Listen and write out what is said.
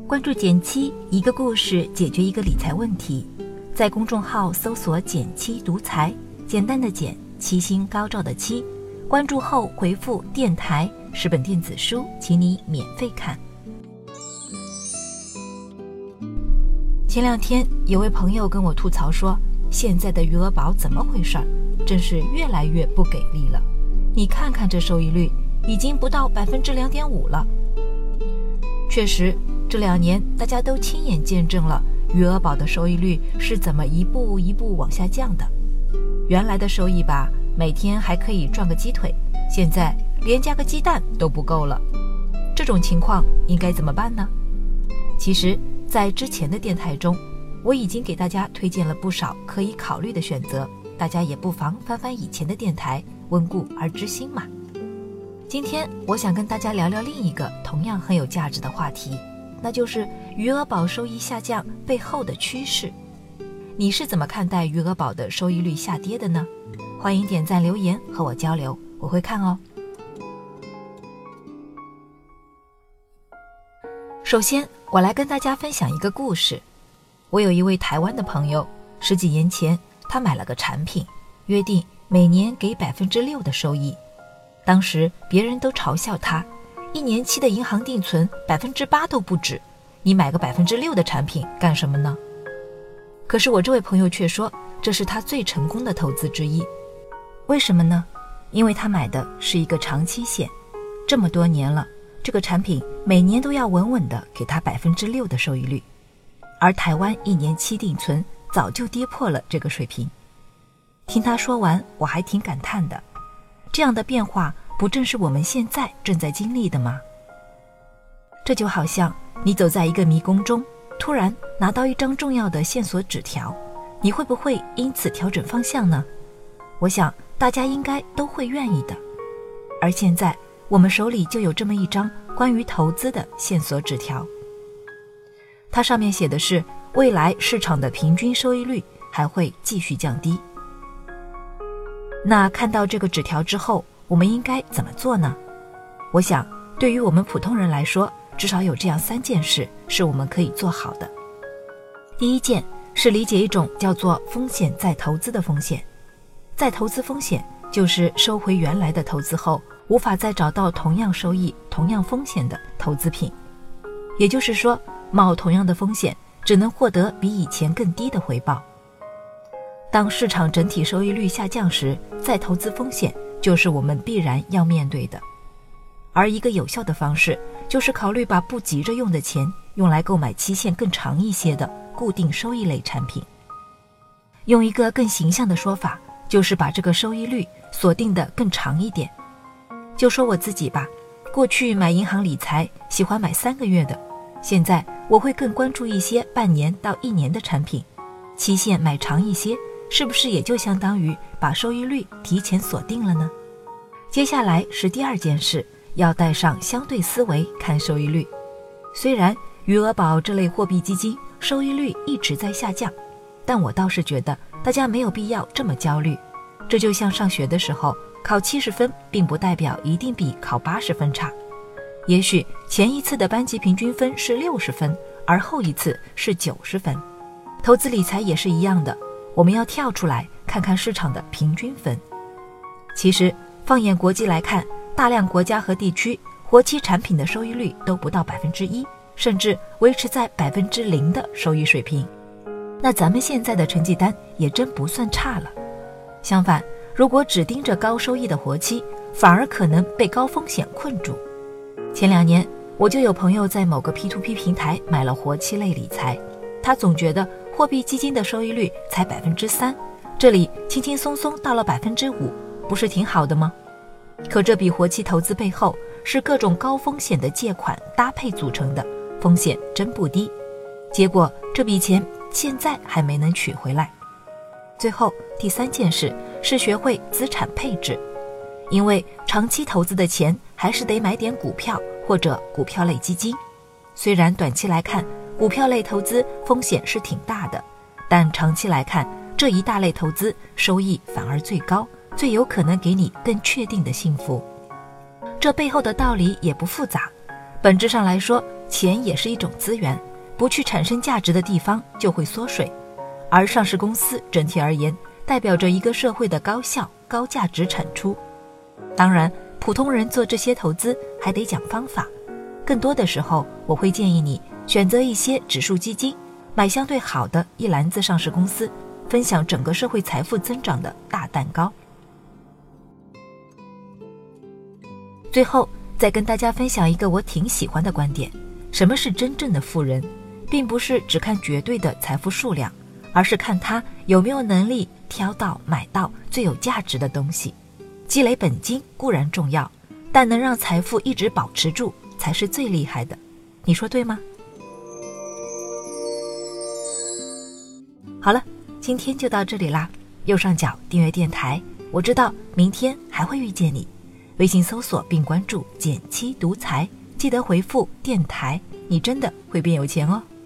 关注减七，一个故事解决一个理财问题。在公众号搜索减七独裁，简单的减，七星高照的七。关注后回复电台，10本电子书，请你免费看。前2天有位朋友跟我吐槽说，现在的余额宝怎么回事，真是越来越不给力了。你看看这收益率已经不到 2.5% 了。确实，这2年大家都亲眼见证了余额宝的收益率是怎么一步一步往下降的。原来的收益吧，每天还可以赚个鸡腿，现在连加个鸡蛋都不够了。这种情况应该怎么办呢？其实在之前的电台中，我已经给大家推荐了不少可以考虑的选择，大家也不妨翻翻以前的电台，温故而知新嘛。今天我想跟大家聊聊另一个同样很有价值的话题，那就是余额宝收益下降背后的趋势。你是怎么看待余额宝的收益率下跌的呢？欢迎点赞留言和我交流，我会看哦。首先，我来跟大家分享一个故事。我有一位台湾的朋友，10几年前他买了个产品，约定每年给 6% 的收益。当时别人都嘲笑他，1年期的银行定存 8% 都不止，你买个 6% 的产品干什么呢？可是我这位朋友却说，这是他最成功的投资之一。为什么呢？因为他买的是一个长期险，这么多年了，这个产品每年都要稳稳的给他 6% 的收益率，而台湾1年期定存早就跌破了这个水平。听他说完，我还挺感叹的，这样的变化不正是我们现在正在经历的吗？这就好像你走在一个迷宫中，突然拿到一张重要的线索纸条，你会不会因此调整方向呢？我想大家应该都会愿意的。而现在我们手里就有这么一张关于投资的线索纸条，它上面写的是未来市场的平均收益率还会继续降低。那看到这个纸条之后，我们应该怎么做呢？我想对于我们普通人来说，至少有这样3件事是我们可以做好的。第一件是理解一种叫做风险再投资的风险。再投资风险就是收回原来的投资后，无法再找到同样收益、同样风险的投资品。也就是说，冒同样的风险，只能获得比以前更低的回报。当市场整体收益率下降时，再投资风险就是我们必然要面对的。而一个有效的方式，就是考虑把不急着用的钱用来购买期限更长一些的固定收益类产品。用一个更形象的说法，就是把这个收益率锁定的更长一点。就说我自己吧，过去买银行理财喜欢买3个月的，现在我会更关注一些半年到1年的产品，期限买长一些，是不是也就相当于把收益率提前锁定了呢？接下来是第2件事，要带上相对思维看收益率。虽然余额宝这类货币基金收益率一直在下降，但我倒是觉得大家没有必要这么焦虑。这就像上学的时候，考70分并不代表一定比考80分差。也许前一次的班级平均分是60分，而后一次是90分。投资理财也是一样的，我们要跳出来看看市场的平均分。其实放眼国际来看，大量国家和地区活期产品的收益率都不到 1%， 甚至维持在 0% 的收益水平。那咱们现在的成绩单也真不算差了。相反，如果只盯着高收益的活期，反而可能被高风险困住。前2年我就有朋友在某个 P2P 平台买了活期类理财，他总觉得货币基金的收益率才 3%， 这里轻轻松松到了 5%， 不是挺好的吗？可这笔活期投资背后是各种高风险的借款搭配组成的，风险真不低。结果这笔钱现在还没能取回来。最后第3件事是学会资产配置，因为长期投资的钱还是得买点股票或者股票类基金。虽然短期来看股票类投资风险是挺大的，但长期来看这一大类投资收益反而最高，最有可能给你更确定的幸福。这背后的道理也不复杂，本质上来说钱也是一种资源，不去产生价值的地方就会缩水。而上市公司整体而言，代表着一个社会的高效、高价值产出。当然，普通人做这些投资还得讲方法。更多的时候，我会建议你选择一些指数基金，买相对好的一篮子上市公司，分享整个社会财富增长的大蛋糕。最后，再跟大家分享一个我挺喜欢的观点：什么是真正的富人，并不是只看绝对的财富数量，而是看他有没有能力挑到买到最有价值的东西。积累本金固然重要，但能让财富一直保持住才是最厉害的。你说对吗？好了，今天就到这里啦。右上角订阅电台，我知道明天还会遇见你。微信搜索并关注减七独裁，记得回复电台，你真的会变有钱哦。